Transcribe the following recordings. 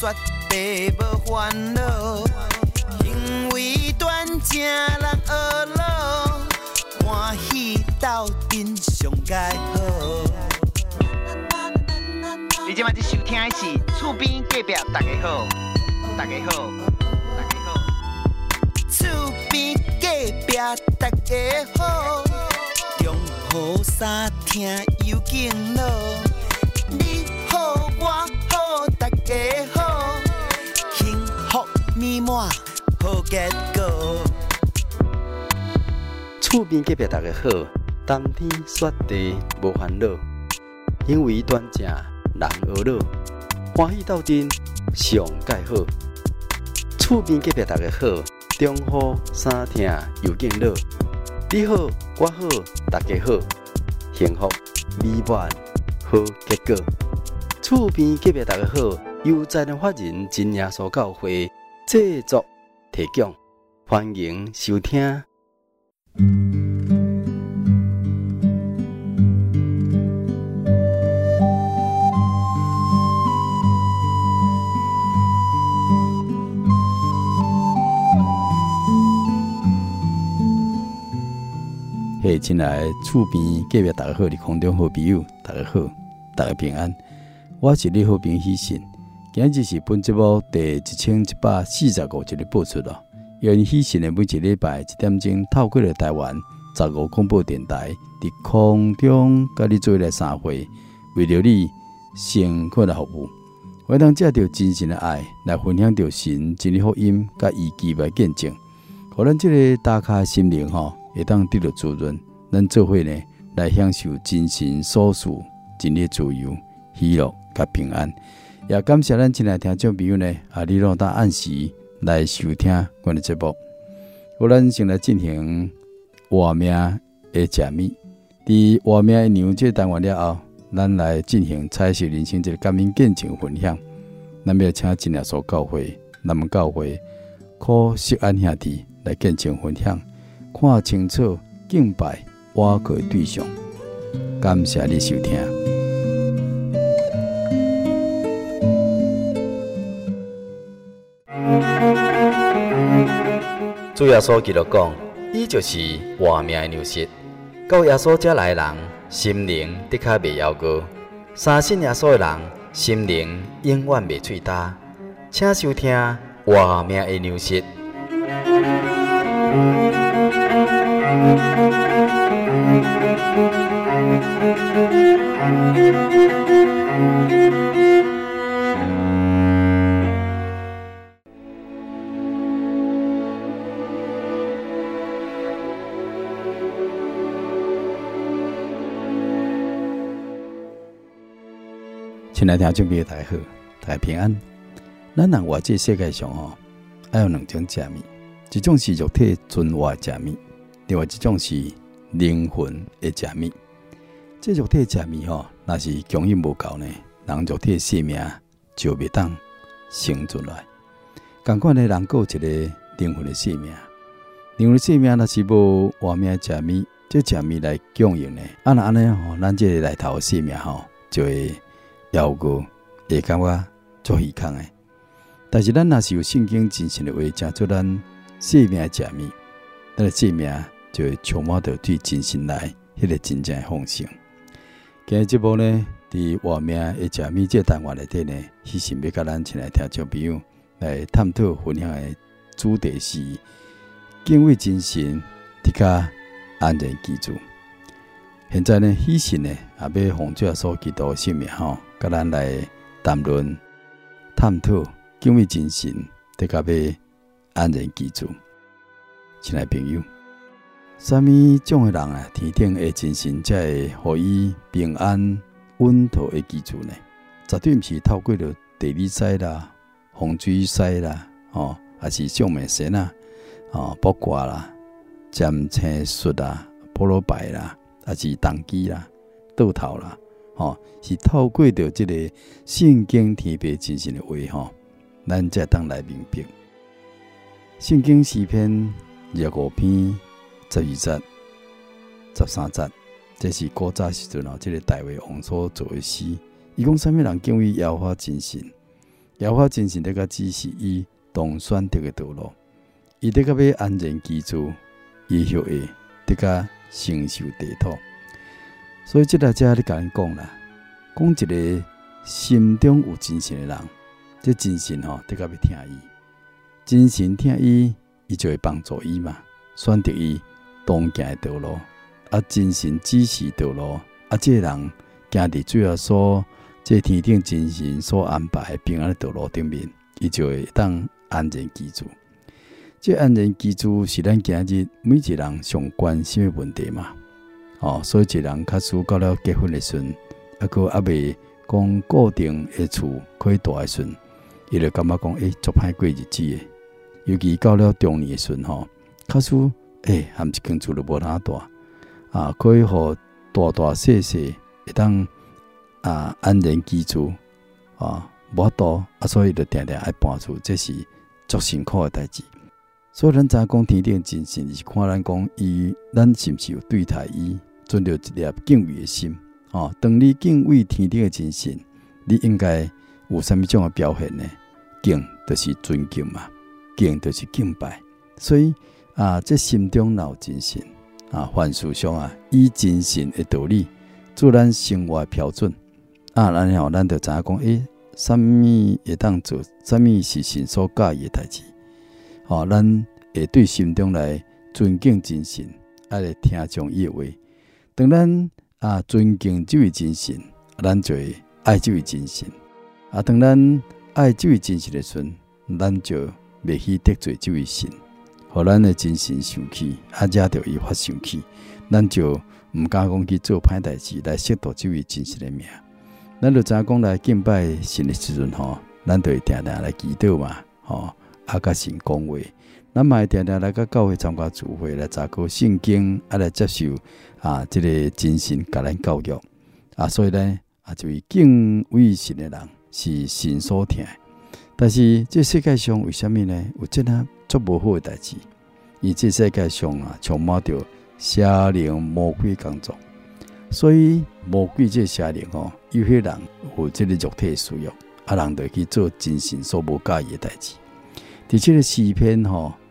地无烦恼，行为端正人学老，欢喜斗阵上该好。你即摆在收听的是厝边隔壁大家好，大家好，大家好。厝边隔壁大家好，中好三听有敬老。你好我好大家好，幸福美满好结果。 厝边隔壁大家好，冬天雪地无烦恼，行为端正人学老，欢喜斗阵上介好。厝边隔壁大家好，中好三听又敬老。你好我好大家好，幸福美满好结果。厝边隔壁大家好，由在人法人真耶稣教会制作提供，欢迎收听。嘿，亲爱的厝边隔壁大家好，你空中好朋友，大家好，大家平安。我是你好朋友喜信，今日是本节目第1145集的播出了。因喜信的每一礼拜1点钟，透过了台湾15广播电台，伫空中甲你做来3会，为了你成功的服务。我当借着真神的爱来分享着神真理福音，甲伊奇妙见证，互咱这个打开心灵会当得到滋润。咱做伙呢来享受真神所赐真理自由、喜乐甲平安。也感谢咱亲爱听众朋友呢，你拢当按时来收听我的节目。好，咱先来进行活命的解密。伫活命的牛这单元了后，咱来进行彩色人生这个感恩见证分享。咱要请真耶稣教会南门教会柯锡安兄弟来见证分享，看清楚敬拜我个对象。感谢你收听。主耶稣基督讲，伊就是活命的牛舌。到耶稣这来的人，心灵的确袂夭糕；相信耶稣的人，心灵永远袂脆焦。请收听活命的牛舌。亲爱的听众朋友，大家好，大家平安。咱人活这世界上要有两种假面，一种是肉体存活的假面，另外一种是灵魂的假面。这肉体的假面若是供应无够呢，人肉体的生命就袂当生存来。同款的人有一个灵魂的生命，灵魂的生命若是无活命的假面，这假面来供应呢，那安尼咱这个内头的生命就会夭糕，会感觉足虚空的。但是咱若是有圣经真神的话，成做咱生命的假面，咱的生命就会充满着对真神来迄个真正的奉献。今日节目呢，伫活命的假面这单元内底呢，喜信要甲咱亲爱听众朋友来探讨分享的主题是敬畏真神，伫较安然居住。现在呢，喜信呢也要奉主耶稣基督的性命甲咱来谈论、探讨敬畏真神，得甲要安然居住。亲爱朋友，什么种的人天顶的真神才会互伊平安稳妥的居住呢？绝对不是透过着地理师啦、风水师啦，还是相面神啦、卜卦啦、占星术啦、普罗牌啦，还是动机啦、倒头啦，是透过着这个圣经天父真神的话，咱才当来明白。圣经诗篇25篇12节、13节，这是古早时阵这个大卫王所做的诗。伊讲什么人敬畏耶和华真神， 耶和华真神在甲指示伊当选择的道路，伊在甲要安然居住，伊就会在甲承受地土。所以即个遮咧甲咱讲啦，讲一个心中有真神的人，这真神在甲要听伊，真神听伊，伊就会帮助伊嘛，选择伊当行的道路。啊，真神指示道路，啊，这个人行伫最后所，这天顶真神所安排平安的道路顶面，伊就会当安然居住。这安然居住是咱今日每一个人上关心的问题嘛。所以一个人假使到了结婚的时阵，还未讲固定的厝可以住的时阵，伊就感觉讲足歹过日子的。尤其到了中年的时阵假使含一间厝都无哪住。可以互大大细细会当安然居住无多所以就定定爱搬厝，这是足辛苦的代志。所以咱知讲天顶真神是看咱讲咱是毋是有对待伊存着一粒敬畏的心当你敬畏天顶的真神，你应该有啥物种的表现呢？敬就是尊敬嘛，敬就是敬拜。所以这心中若有真神凡事上以真神的道理做咱生活的标准然后咱就知影讲什么会当做，什么是神所喜意的代志咱会对心中来尊敬真神，爱来听从伊的话。当咱尊敬这位真神，咱就会爱这位真神当咱爱这位真神的时阵，咱就袂去得罪这位神，互咱的真神生气，惹到伊发生气，咱就毋敢讲去做歹代志来亵渎这位真神的名。咱就知影讲来敬拜神的时阵咱就会定定来祈祷嘛甲神讲话。咱嘛会定定来甲教会参加聚会，来查考圣经来接受这个真神甲咱教育所以呢就敬畏神的人是神所听。但是这世界上为什么呢？有这样足无好的代志？因这世界上充满着邪灵魔鬼工作，所以魔鬼这邪灵有些人有这个肉体需要人就去做真神所无喜意的代志。伫这个诗篇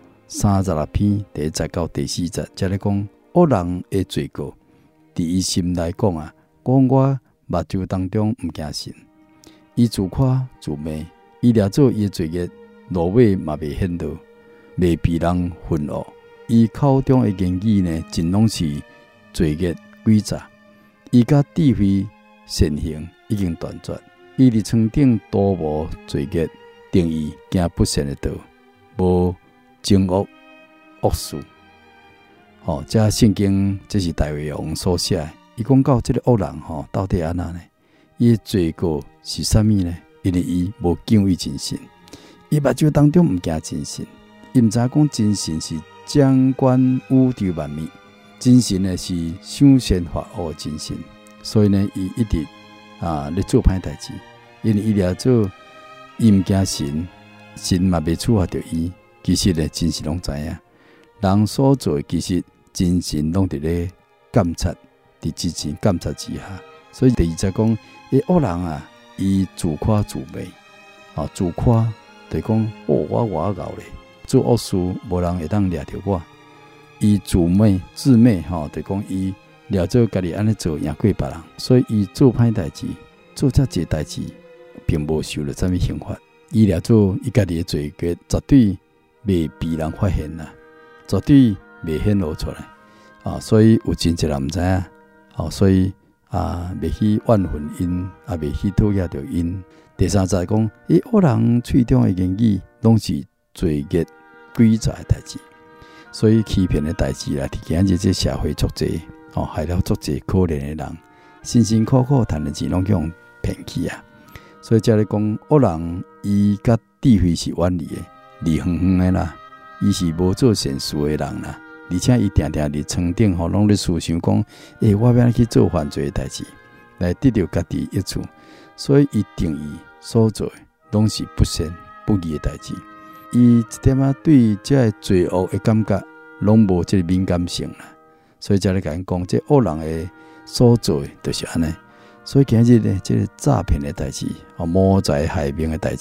36篇第1节到第4节，才咧讲恶人的罪过，伫伊心内讲讲我目睭当中毋惊神，伊自夸自媚，伊掠做伊的罪孽，路尾嘛袂显露，袂被人愤恶。伊口中的言语呢，尽拢是罪孽诡诈。伊甲智慧善行已经断绝，伊伫床顶多无罪孽，定义行不善的道，无情恶恶事。这圣经这是大卫王所写的。伊讲到这个恶人到底安怎呢？伊的罪过是啥物呢？因为伊无敬畏真神，伊目睭当中毋惊真神，伊毋知讲真神是掌管宇宙万物，真神呢是赏善罚恶的真神，所以呢，伊一直咧做歹代志，因为伊掠做伊毋惊神，神嘛袂处罚着伊。其实呢，真神拢知影，人所做的其实真神拢伫咧监察，伫真神监察之下。所以第2节讲，恶人伊自夸自媚，自夸就讲我偌敖咧，做恶事无人会当掠着我。伊自媚就讲伊掠做家己安尼做赢过别人，所以伊做歹代志，做遮济代志，并无受了什么刑罚。伊掠做伊家己的罪孽，绝对袂被人发现啦，绝对袂显露出来所以有真侪人毋知影所以袂去怨恨因，袂去讨厌着因。第3节讲，恶人喙中的言语拢是罪孽诡诈的代志，所以欺骗的代志啦，伫今日这社会足济害了足济可怜的人，辛辛苦苦赚的钱拢去用骗去所以才咧讲，恶人伊甲智慧是远离的，离远远的啦，伊是无做善事的人啦。而且伊定定伫床顶拢咧思想讲，我要去做犯罪的代志，来得到家己益处。所以伊定义所做的拢是不善不义的代志。伊一点对这罪恶的感觉，拢无这个敏感性啦。所以才咧甲讲，这恶人的所做的就是安尼。所以今日呢，这个诈骗的代志，谋财害命的代志，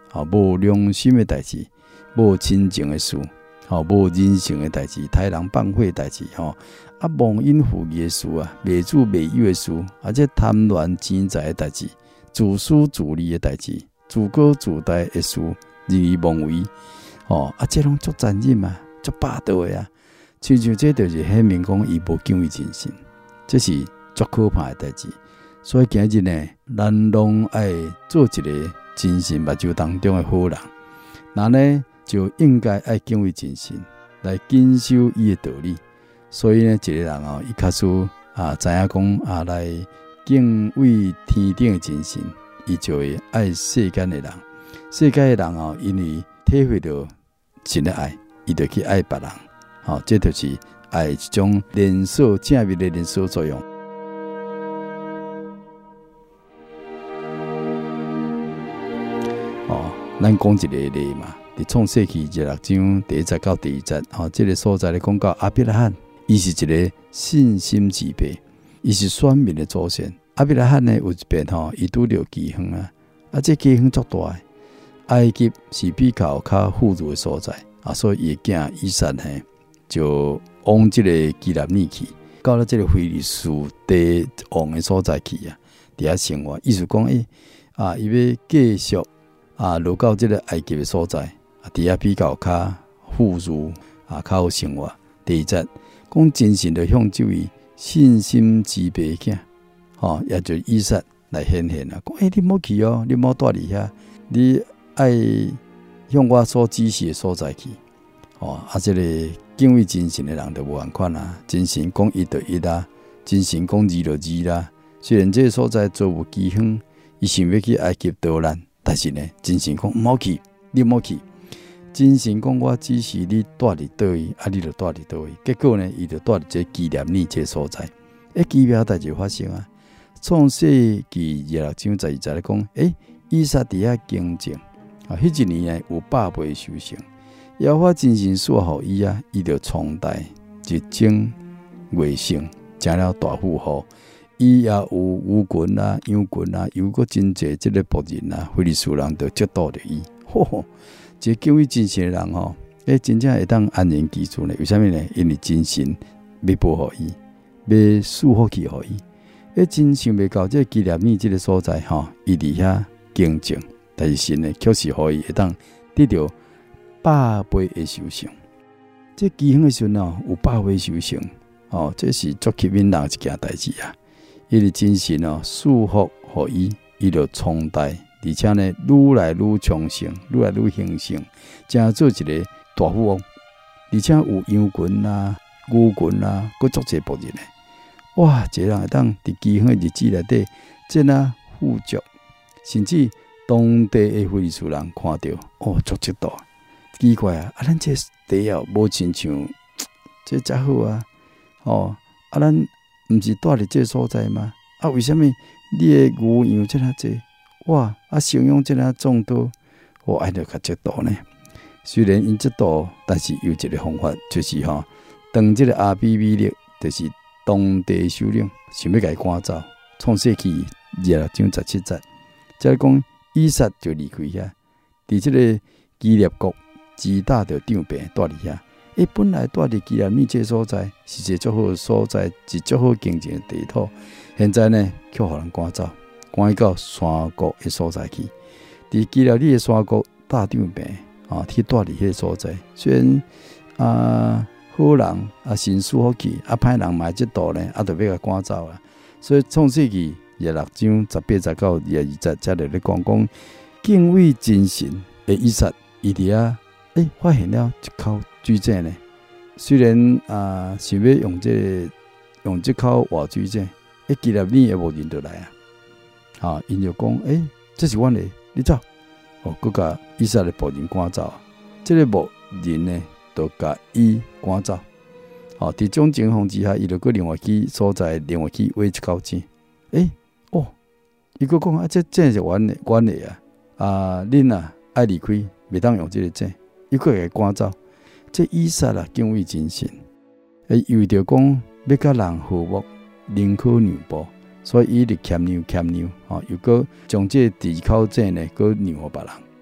无良心的代志，无亲情的事，无人性的代志，杀人放火的代志，忘恩负义的事啊，卖主卖友的事，这贪婪钱财的代志，自私自利的代志，自高自大的事，任意妄为，这拢足残忍啊，足霸道的啊！像这就是显明讲伊无敬畏真神，这是足可怕的代志。所以今日呢，咱拢爱做一个真神目睭当中的好人，那呢就应该爱敬畏真神，来坚守伊的道理。所以呢，一个人伊开始知影讲来敬畏天顶的真神，伊就会爱世间的人。世间的人因为体会到神的爱，伊就去爱别人。这就是爱一种连锁正面的连锁作用。咱讲一个例嘛，伫创世纪26章第1节到第2节，这个所在咧讲到亚伯拉罕，伊是一个信心之辈，伊是选民的祖先。亚伯拉罕呢有一遍伊拄着饥荒啊，这饥荒足大的，埃及是比较富裕的所在所以伊的囝以撒呢就往这个基南尼去，到了这个非利士地王的所在去伫遐生活。意思讲伊要继续落到这个埃及的所在伫遐比较富裕较好生活。第2节讲真神就向这位信心之辈囝也就是以撒来显现讲你莫去你莫住伫遐，你爱向我所指示的所在去。这个敬畏真神的人就无同款真神讲一就一真神讲二就二虽然这个所在做有饥荒，伊想要去埃及逃难，但是呢，真神讲莫去，你莫去。真神讲我指示你住伫倒位，你就住伫倒位。结果呢，伊就住伫这纪念你这所在。奇妙代志发生创世纪26章12节咧讲，以撒伫遐敬正迄一年呢有100倍收成。耶和华真神赐予伊伊就创代日精月盛，成了大富户。伊也有牛群羊群又个真济这个仆人非利士人就接待着伊。这敬畏真神的人真正会当安然居住呢？为什么呢？因为真神要保护伊，要赐福气予伊。真想袂到这纪念日这个所在伊伫遐敬正，但是神呢，确实予伊会当得到100倍的收成。这饥荒的时候有100倍收成这是足吸引人一件代志因为真神赐福予伊，伊就创大，而且呢愈来愈昌盛，愈来愈兴盛，真做一个大富翁。而且有羊群牛群佫足济仆人呢。哇！这人会当伫饥荒的日子内底真富足，甚至当地的非利士人看到足嫉妒。奇怪咱这地无亲像这遮好咱毋是住伫这所在吗？为什么你的牛羊这么济？哇！生养这么众多，爱着较嫉妒呢？虽然因嫉妒，但是有一个方法，就是当这个阿比米勒，就是当地首领，想要甲伊赶走。创世纪26章17节，再讲以撒就离开遐，伫这个基列国击打着长病住伫遐。本来住伫基列尼这所在是一个足好的所在，是足好经济的地土。现在呢，却互人赶走，赶伊到山谷的所在去。伫基列尼的山谷打长病去住伫迄个所在。虽然好人神赐福气，歹人嘛即度呢，就要甲赶走所以创世纪26章18节到22节，才来咧讲敬畏真神的以撒，伊伫遐发现了一口水井呢。虽然想要用这口活水井，基列尼的牧人就来因就讲这是阮的，你走佫甲以撒的仆人赶走。这个牧人呢，就甲伊赶走。伫这种情况之下，伊就佫另外去所在，另外去挖一口井。伊佫讲这井是阮的恁爱离开，袂当用这个井，伊佫会赶走。这以撒敬畏真神，为着讲要甲人和睦，宁可让步，所以伊就欠让，又佫将这口井呢，佫让互别人。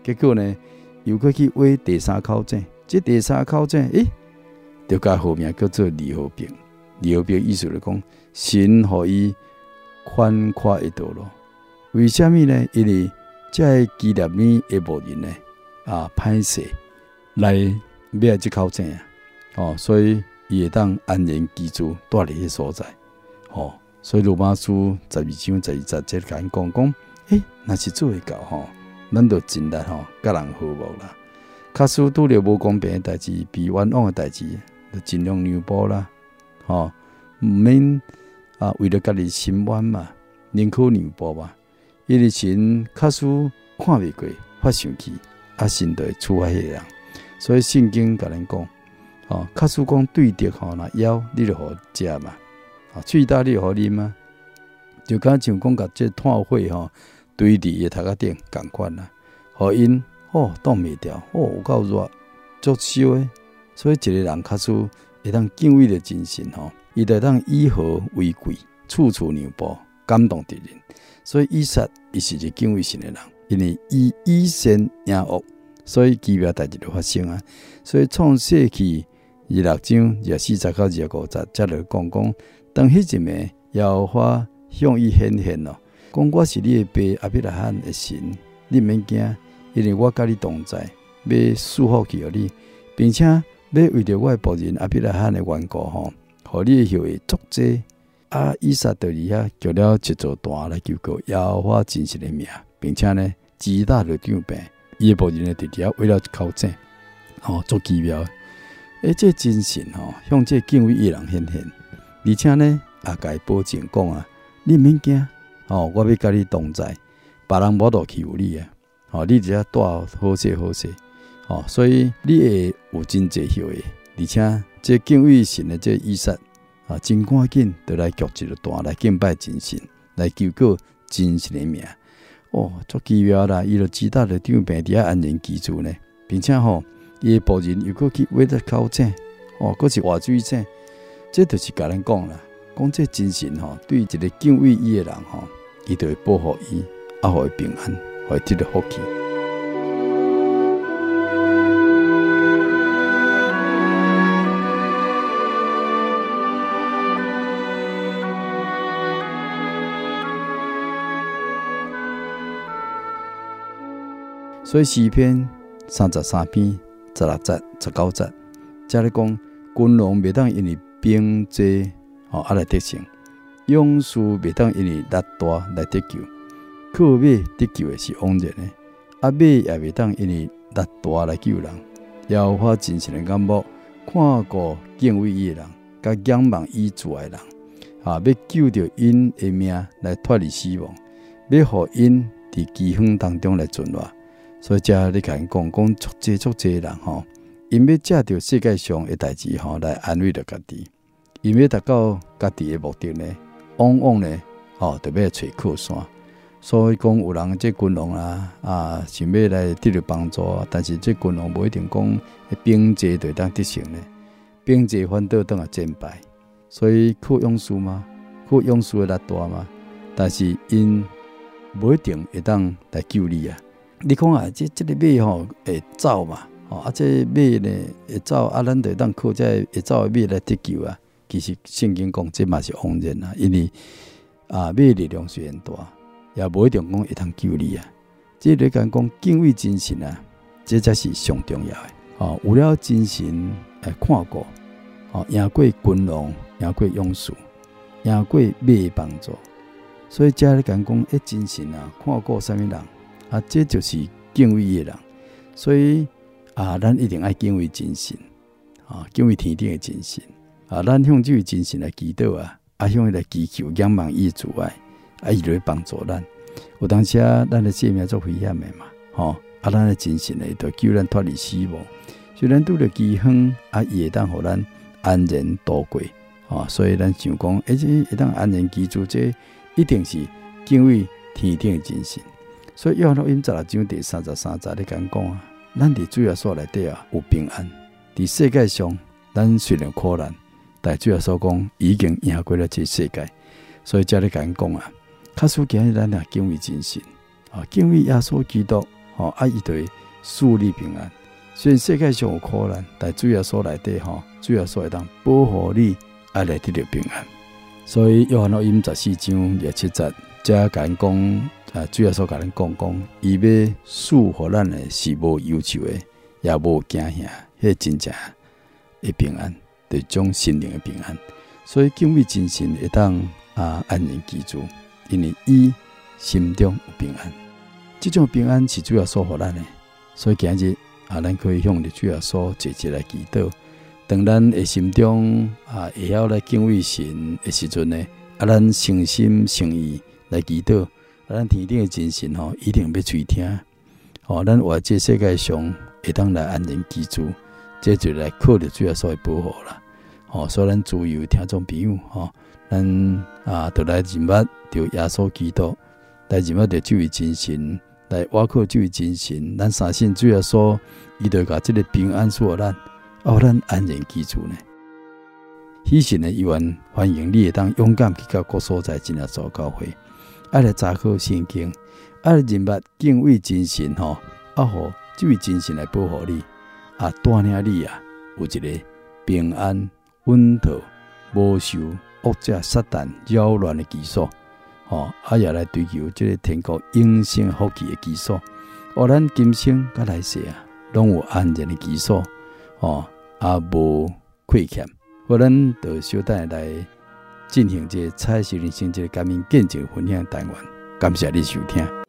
结果呢，又去挖第三口井，这第三口井，就加号名叫做离合壁。离合壁意思就是讲，神互伊宽阔一道路。为什么呢？因为这纪念日的牧人呢，歹势来买这口井所以伊会当安然居住，住伫迄所在。所以罗马书12章12节这甲讲，若是做会到咱就尽力甲人和睦啦。假使拄着无公平的代志，被冤枉的代志，就尽量让步啦。毋免为了家己心愿嘛，宁可让步嘛。因为神假使看未过，发生气，神就会处罚迄个人。所以圣经甲咱讲，假使讲对敌若枵，你就互食嘛。喙焦你就互啉嘛。就敢像讲甲这炭火堆伫伊头壳顶共款啦，互因挡袂掉，有够热，足烧诶。所以一个人假使会当敬畏着真神伊就当以和为贵，处处让步，感动敌人。所以以撒伊是一个敬畏神的人，因为伊以善赢恶，所以奇妙代志就发生啊。所以创世纪26章24到25节，才来讲，当迄一暝，耶和华向伊显现咯，讲我是你的爸亚伯拉罕的神，你免惊，因为我甲你同在，要赐福给你，并且要为着我的仆人亚伯拉罕的缘故互你的后裔足济。以撒就伫遐叫了一座坛来求告耶和华真实的名，并且呢，击打着长病，伊的仆人伫遐为了一口井，足奇妙。这真神向这敬畏伊人显现，而且呢，甲伊保证讲你免惊，我要甲你同在，别人无度欺负你你只要住好势好势，所以你会有真济后裔，而且这敬畏神的这以撒真赶紧就来举一个坛来敬拜真神，来求告真神的名。足奇妙啦！伊就击打着长病，伫遐安然居住呢，并且伊的仆人又搁去挖了口井，搁是活水井。这就是甲咱讲啦，讲这真神对一个敬畏伊的人伊就会保护伊，互伊平安，互伊得到福气。所以诗篇33篇16节19节，才咧讲君王袂当因为兵济来得胜，勇士袂当因为力大来得救，靠马得救的是枉然的，马也袂当因为力大来救人。耶和华真神的眼目看顾敬畏伊的人，甲仰望伊主的人，要救着因的命来脱离死亡，要互因伫饥荒当中来存活。所以遮你甲因讲足济人因要借着世界上的代志来安慰着家己，因要达到家己的目的呢，往往呢就要找靠山。所以讲有人这君王想要来得到帮助，但是这君王无一定讲兵济就当得胜呢，兵济反倒当战败。所以靠勇士嘛，靠勇士的力大嘛，但是因无一定会当来救你。你看这个马会走嘛？这马呢会走，咱就当靠这会走的马来得救啊。其实圣经讲这嘛是枉然啊，因为马力量虽然大，也无一定讲会当救你啊。这里讲敬畏真神这才是上重要的。有了真神看顾，赢过君王，赢过勇士，赢过马的帮助。所以这里讲真神看顾什么人？这就是敬畏伊的人，所以咱一定要敬畏真神，敬畏天顶的真神，咱向这位真神来祈祷向伊来祈求，仰望伊主爱，伊就会帮助咱。有当时咱的生命做危险的嘛，咱的真神呢，就救咱脱离死亡。虽然拄着饥荒，伊会当互咱安然度过，所以咱想讲，这会当安然居住，这一定是敬畏天顶的真神。所以约翰福音16章第33节咧讲咱伫主耶稣内底有平安。伫世界上，咱虽然苦难，但主耶稣讲已经赢过了这世界。所以遮咧讲假使今日咱敬畏真神，敬畏耶稣基督， 伊就会树立平安。虽然世界上有苦难，但主耶稣内底主耶稣会当保护你，来得到平安。所以约翰福音14章27节，才甲咱讲，主耶稣甲咱讲，伊要赐予咱的是无忧愁的，也无惊吓，迄真正的平安，就是种心灵的平安。所以敬畏真神会当安然居住，因为伊心中有平安。这种平安是主耶稣予咱的，所以今日咱可以向着主耶稣坐一来祈祷。当咱的心中会晓来敬畏神的时阵呢，咱诚心诚意来祈祷，咱天顶的真神一定要垂听。咱活这世界上会当来安然居住，这就来靠着主耶稣的保护啦。所以咱自由听众朋友，咱就来认捌着耶稣基督，来认捌着这位真神，来倚靠这位真神，咱相信主耶稣，伊就把这个平安赐予咱，咱安然居住呢。喜信的愿欢迎你会当勇敢去到各所在真耶稣教会，爱来查考圣经，爱来认捌敬畏真神，互这位真神来保护你，带领你有一个平安稳妥，无受恶者撒旦扰乱的基础，也来追求这个天国永生福气的基础，咱今生甲来世拢有安然的基础，无亏欠。咱就小等来进行这彩色人生这个感恩见证分享单元，感谢你收听。